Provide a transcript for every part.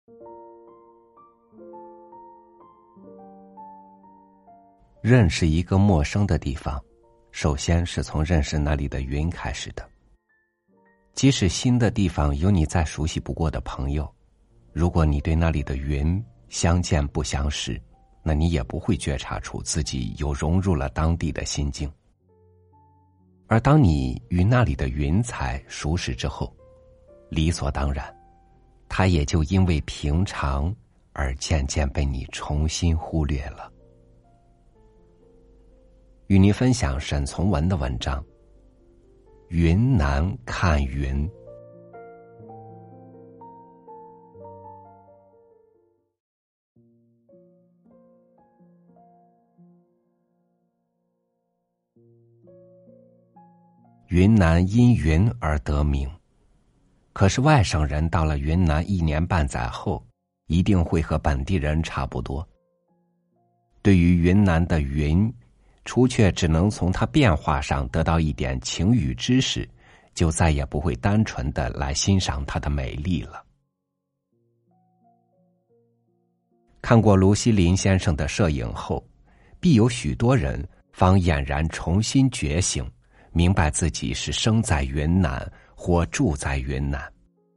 认识一个陌生的地方，首先是从认识那里的云开始的。即使新的地方有你再熟悉不过的朋友，如果你对那里的云相见不相识，那你也不会觉察出自己有融入了当地的心境。而当你与那里的云彩熟识之后，理所当然，它也就因为平常而渐渐被你重新忽略了。与您分享沈从文的文章《云南看云》。云南因云而得名，可是外省人到了云南1年半载后，一定会和本地人差不多。对于云南的云，除却只能从它变化上得到一点情语知识，就再也不会单纯的来欣赏它的美丽了。看过卢锡林先生的摄影后，必有许多人方俨然重新觉醒，明白自己是生在云南或住在云南。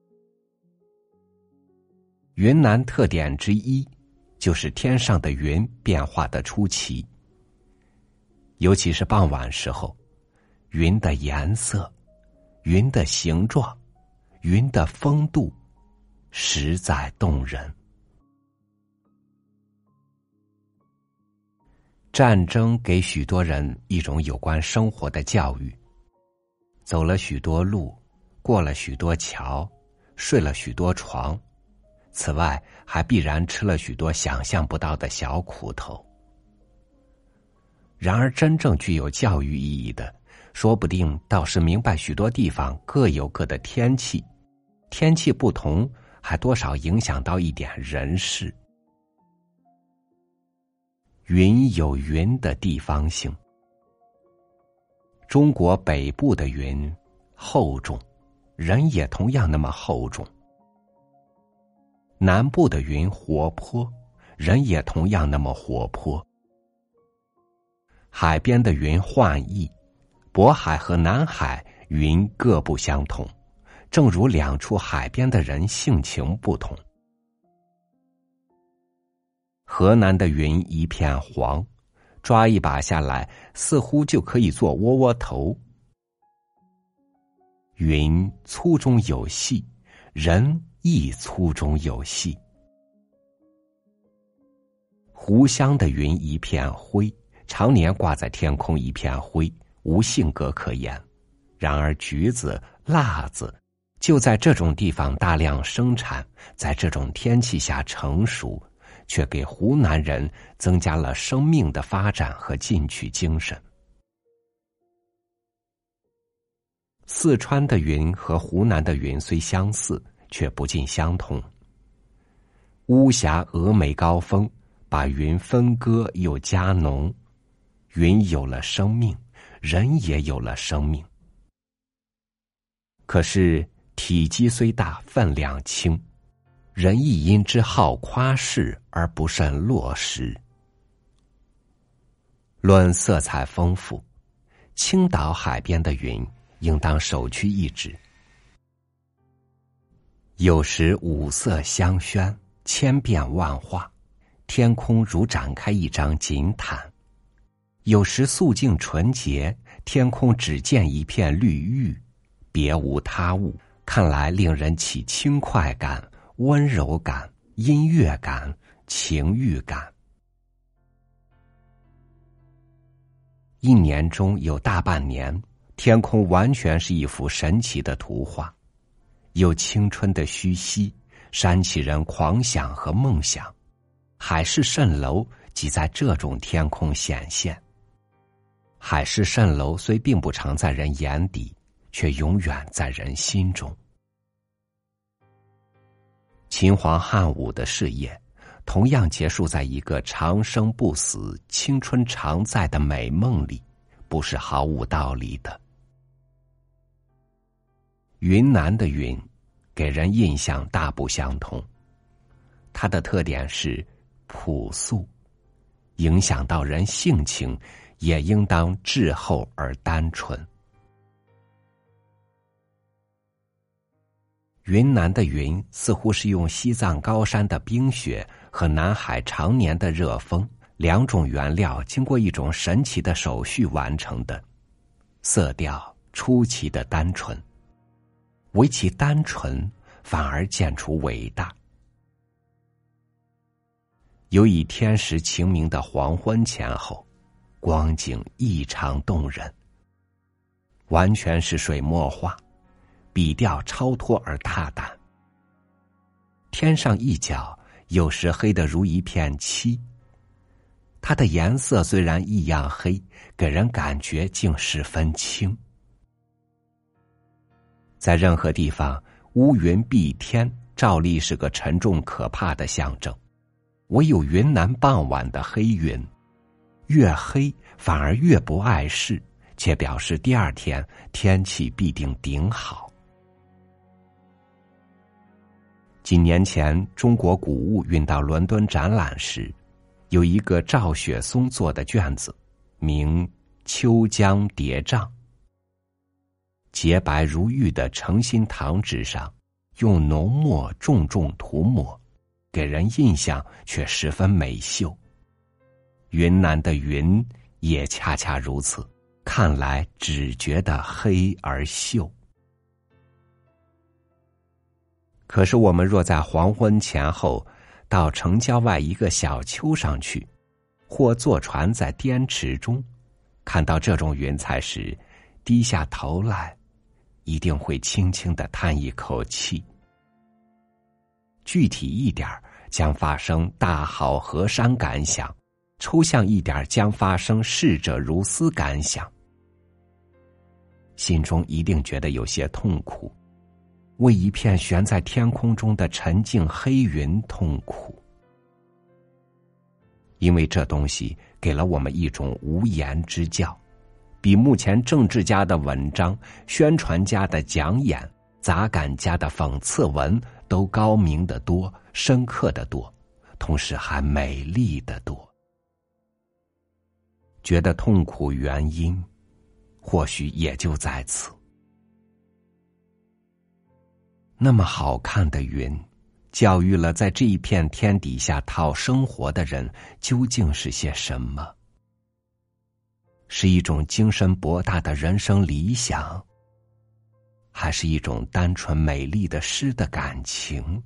云南特点之一，就是天上的云变化的出奇。尤其是傍晚时候，云的颜色、云的形状、云的风度，实在动人。战争给许多人一种有关生活的教育，走了许多路，过了许多桥，睡了许多床，此外还必然吃了许多想象不到的小苦头。然而真正具有教育意义的，说不定倒是明白许多地方各有各的天气，天气不同，还多少影响到一点人事。云有云的地方性，中国北部的云厚重，人也同样那么厚重；南部的云活泼，人也同样那么活泼。海边的云幻异，渤海和南海云各不相同，正如两处海边的人性情不同。河南的云一片黄，抓一把下来，似乎就可以做窝窝头。云粗中有细，人亦粗中有细。湖湘的云一片灰，常年挂在天空一片灰，无性格可言。然而橘子、辣子就在这种地方大量生产，在这种天气下成熟，却给湖南人增加了生命的发展和进取精神。四川的云和湖南的云虽相似，却不尽相同。巫峡峨眉高峰把云分割又加浓，云有了生命，人也有了生命。可是体积虽大，分量轻，人亦因之好夸饰而不甚落实。论色彩丰富，青岛海边的云应当首屈一指。有时五色相宣，千变万化，天空如展开一张锦毯；有时素净纯洁，天空只见一片绿玉，别无他物，看来令人起轻快感、温柔感、音乐感、情欲感。一年中有大半年，天空完全是一幅神奇的图画，有青春的虚息，煽起人狂想和梦想。海市蜃楼即在这种天空显现。海市蜃楼虽并不常在人眼底，却永远在人心中。秦皇汉武的事业同样结束在一个长生不死、青春常在的美梦里，不是毫无道理的。云南的云给人印象大不相同， 它的特点是朴素，影响到人性情，也应当滞后而单纯。云南的云似乎是用西藏高山的冰雪和南海常年的热风两种原料经过一种神奇的手续完成的，色调出奇的单纯，唯其单纯反而见出伟大。有以天时晴明的黄昏前后，光景异常动人，完全是水墨画，笔调超脱而大胆。天上一角有时黑得如一片漆，它的颜色虽然一样黑，给人感觉竟十分清。在任何地方，乌云蔽天照例是个沉重可怕的象征，唯有云南傍晚的黑云，越黑反而越不碍事，且表示第二天天气必定顶好。几年前中国古物运到伦敦展览时，有一个赵雪松做的卷子，名《秋江叠嶂》。洁白如玉的诚心糖纸上，用浓墨重重涂抹，给人印象却十分美秀。云南的云也恰恰如此，看来只觉得黑而秀。可是我们若在黄昏前后到城郊外一个小丘上去，或坐船在滇池中，看到这种云彩时，低下头来，一定会轻轻地叹一口气。具体一点将发生大好河山感想，抽象一点将发生逝者如斯感想。心中一定觉得有些痛苦，为一片悬在天空中的沉静黑云痛苦。因为这东西给了我们一种无言之教，比目前政治家的文章、宣传家的讲演、杂感家的讽刺文都高明得多，深刻得多，同时还美丽得多。觉得痛苦原因，或许也就在此。那么好看的云，教育了在这一片天底下讨生活的人究竟是些什么？是一种精神博大的人生理想，还是一种单纯美丽的诗的感情？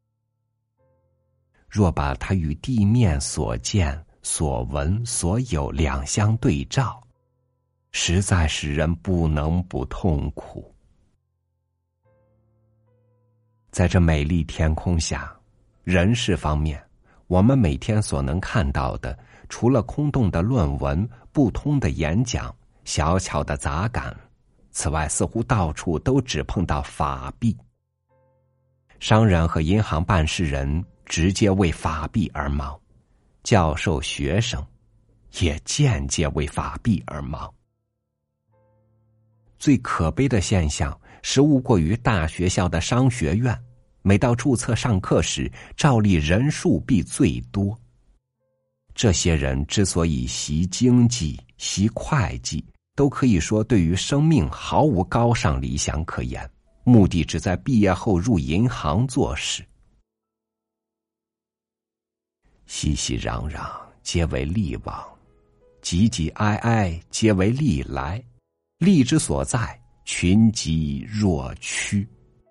若把它与地面所见、所闻、所有两相对照，实在使人不能不痛苦。在这美丽天空下，人事方面，我们每天所能看到的，除了空洞的论文、不通的演讲、小巧的杂感，此外似乎到处都只碰到法币。商人和银行办事人直接为法币而忙，教授学生也间接为法币而忙。最可悲的现象是无过于大学校的商学院，每到注册上课时，照例人数必最多。这些人之所以习经济、习会计，都可以说对于生命毫无高尚理想可言，目的只在毕业后入银行做事。熙熙攘攘，皆为利往；挤挤挨挨，皆为利来。利之所在，群集若趋。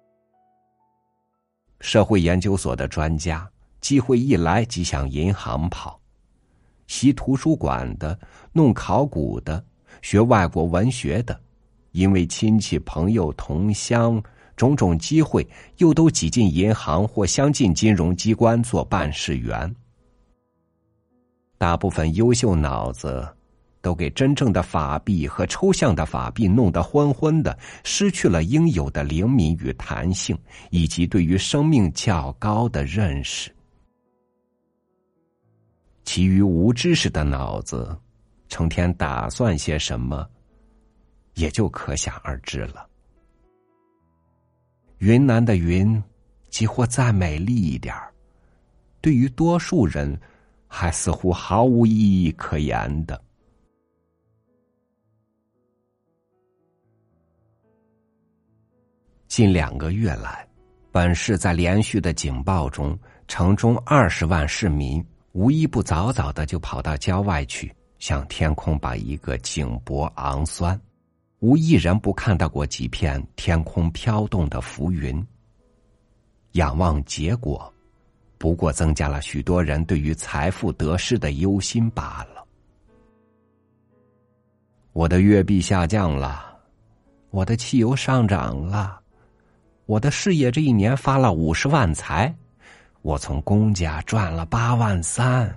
社会研究所的专家，机会一来即向银行跑；习图书馆的、弄考古的、学外国文学的，因为亲戚朋友同乡种种机会，又都挤进银行或相近金融机关做办事员。大部分优秀脑子都给真正的法币和抽象的法币弄得昏昏的，失去了应有的灵敏与弹性，以及对于生命较高的认识。其余无知识的脑子成天打算些什么，也就可想而知了。云南的云，即或再美丽一点， 对于多数人还似乎毫无意义可言的。近2个月来，本市在连续的警报中，城中20万市民无一不早早的就跑到郊外去，向天空把一个颈脖昂酸，无一人不看到过几片天空飘动的浮云。仰望结果，不过增加了许多人对于财富得失的忧心罢了。我的月币下降了，我的汽油上涨了，我的事业这一年发了50万财，我从公家赚了8万3。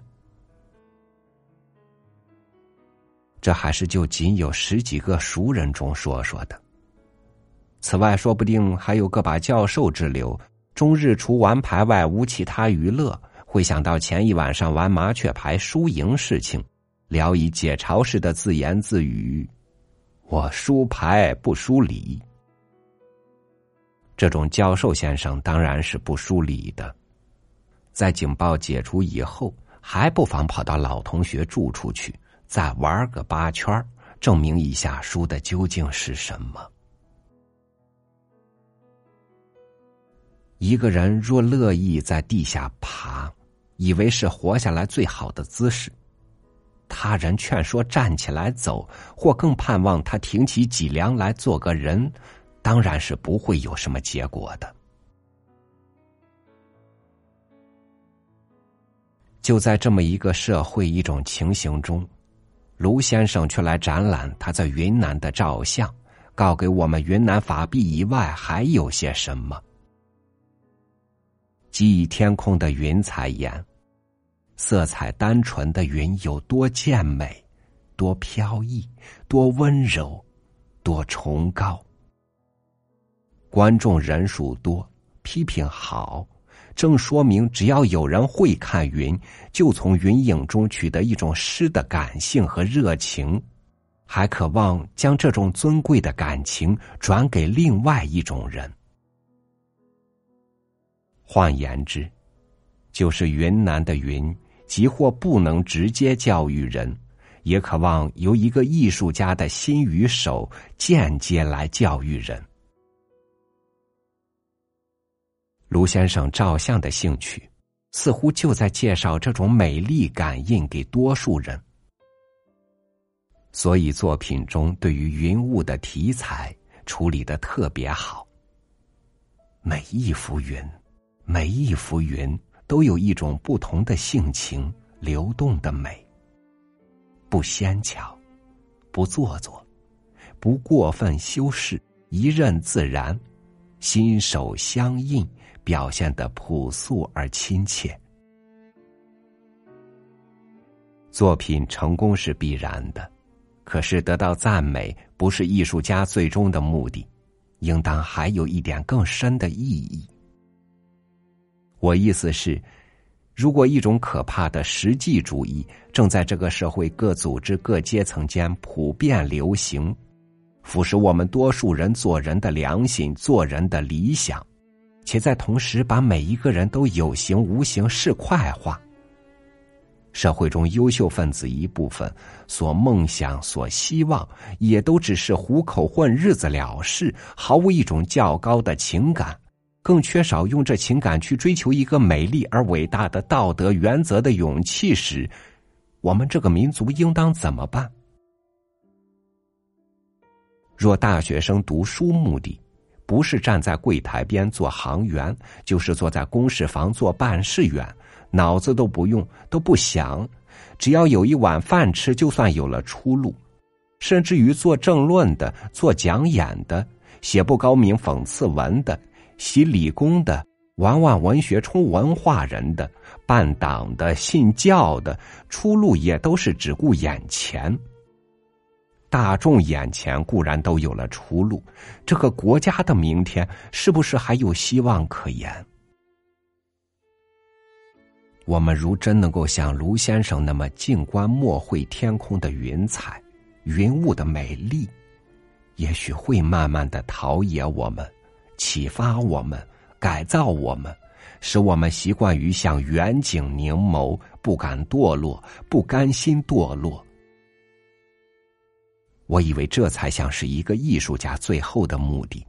这还是就仅有10几个熟人中说说的。此外，说不定还有个把教授之流，终日除玩牌外无其他娱乐，会想到前一晚上玩麻雀牌输赢事情，聊以解嘲似的自言自语：我输牌不输礼。这种教授先生当然是不输礼的，在警报解除以后，还不妨跑到老同学住处去，再玩个8圈，证明一下输的究竟是什么。一个人若乐意在地下爬，以为是活下来最好的姿势，他人劝说站起来走，或更盼望他挺起脊梁来做个人，当然是不会有什么结果的。就在这么一个社会一种情形中，卢先生却来展览他在云南的照相，告给我们云南法币以外还有些什么。即以天空的云彩言，色彩单纯的云有多健美，多飘逸，多温柔，多崇高。观众人数多，批评好，正说明只要有人会看云，就从云影中取得一种诗的感性和热情，还渴望将这种尊贵的感情转给另外一种人。换言之，就是云南的云即或不能直接教育人，也渴望由一个艺术家的心与手间接来教育人。卢先生照相的兴趣似乎就在介绍这种美丽感应给多数人，所以作品中对于云雾的题材处理得特别好。每一幅云都有一种不同的性情，流动的美，不纤巧，不做作，不过分修饰，一任自然，心手相印，表现得朴素而亲切。作品成功是必然的，可是得到赞美不是艺术家最终的目的，应当还有一点更深的意义。我意思是，如果一种可怕的实际主义正在这个社会各组织各阶层间普遍流行，腐蚀我们多数人做人的良心，做人的理想，且在同时把每一个人都有形无形市侩化，社会中优秀分子一部分所梦想所希望也都只是糊口混日子了事，毫无一种较高的情感，更缺少用这情感去追求一个美丽而伟大的道德原则的勇气时，我们这个民族应当怎么办？若大学生读书目的不是站在柜台边做行员，就是坐在公事房做办事员，脑子都不用，都不想，只要有一碗饭吃就算有了出路，甚至于做政论的，做讲演的，写不高明讽刺文的，习理工的，玩文学充文化人的，办党的，信教的，出路也都是只顾眼前。大众眼前固然都有了出路，这个国家的明天是不是还有希望可言？我们如真能够像卢先生那么静观默会天空的云彩，云雾的美丽，也许会慢慢的陶冶我们，启发我们，改造我们， 使我们习惯于向远景凝眸，不敢堕落，不甘心堕落。我以为这才像是一个艺术家最后的目的。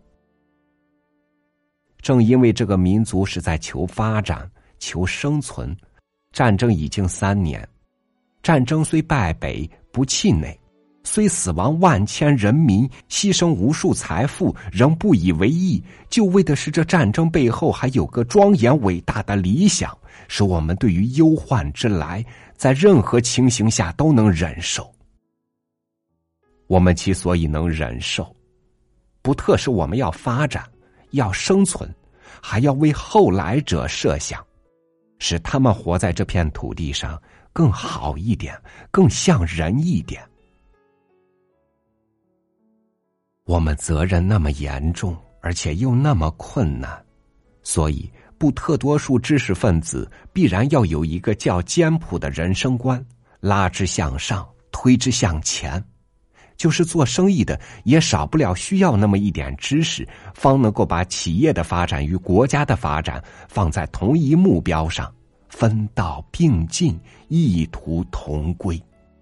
正因为这个民族是在求发展、求生存，战争已经3年，战争虽败北，不气馁，虽死亡万千人民，牺牲无数财富，仍不以为意，就为的是这战争背后还有个庄严伟大的理想，使我们对于忧患之来，在任何情形下都能忍受。我们之所以能忍受，不特是我们要发展，要生存，还要为后来者设想，使他们活在这片土地上更好一点，更像人一点。我们责任那么严重，而且又那么困难，所以不特多数知识分子必然要有一个较简朴的人生观，拉之向上，推之向前。就是做生意的也少不了需要那么一点知识，方能够把企业的发展与国家的发展放在同一目标上，分道并进，异途同归。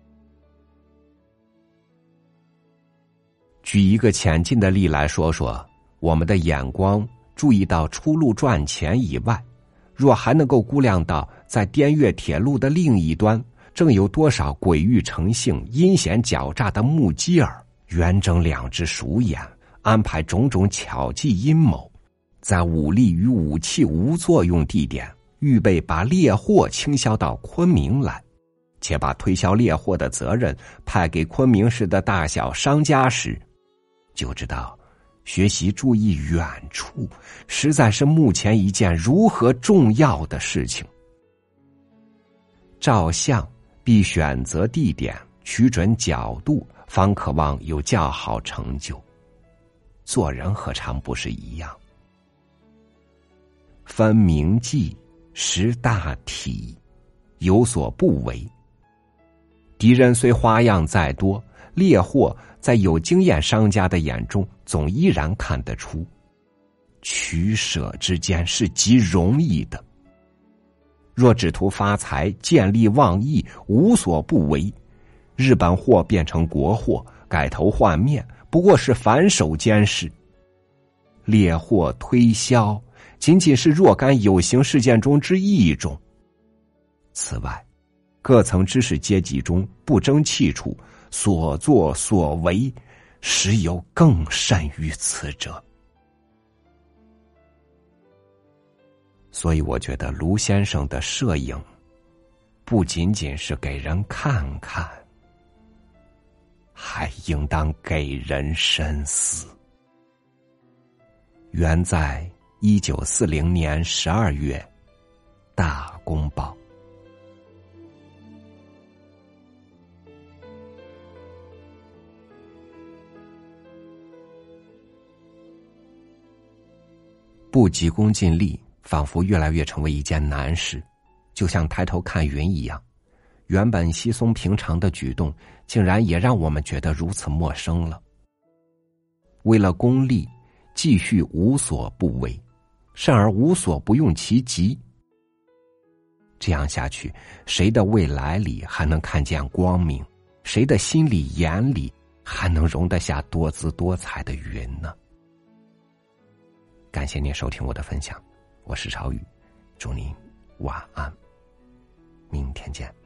举一个浅近的例来说说，我们的眼光注意到出路赚钱以外，若还能够估量到在滇越铁路的另一端正有多少诡异成性、阴险狡诈的目击儿，圆睁2只鼠眼，安排种种巧计阴谋，在武力与武器无作用地点，预备把猎货倾销到昆明来，且把推销猎货的责任派给昆明市的大小商家时，就知道学习注意远处实在是目前一件如何重要的事情。照相必选择地点，取准角度，方可望有较好成就。做人何尝不是一样？分明计，识大体，有所不为。敌人虽花样再多，猎货在有经验商家的眼中总依然看得出，取舍之间是极容易的。若只图发财，见利忘义，无所不为，日本货变成国货，改头换面，不过是反手间事。猎货推销仅仅是若干有形事件中之一种。此外，各层知识阶级中不争气处，所作所为，实有更甚于此者。所以我觉得卢先生的摄影不仅仅是给人看看，还应当给人深思。原在1940年12月，大公报。不急功近利仿佛越来越成为一件难事，就像抬头看云一样，原本稀松平常的举动竟然也让我们觉得如此陌生了。为了功利，继续无所不为，甚而无所不用其极。这样下去，谁的未来里还能看见光明？谁的心里眼里还能容得下多姿多彩的云呢？感谢您收听我的分享，我是朝雨，祝您晚安，明天见。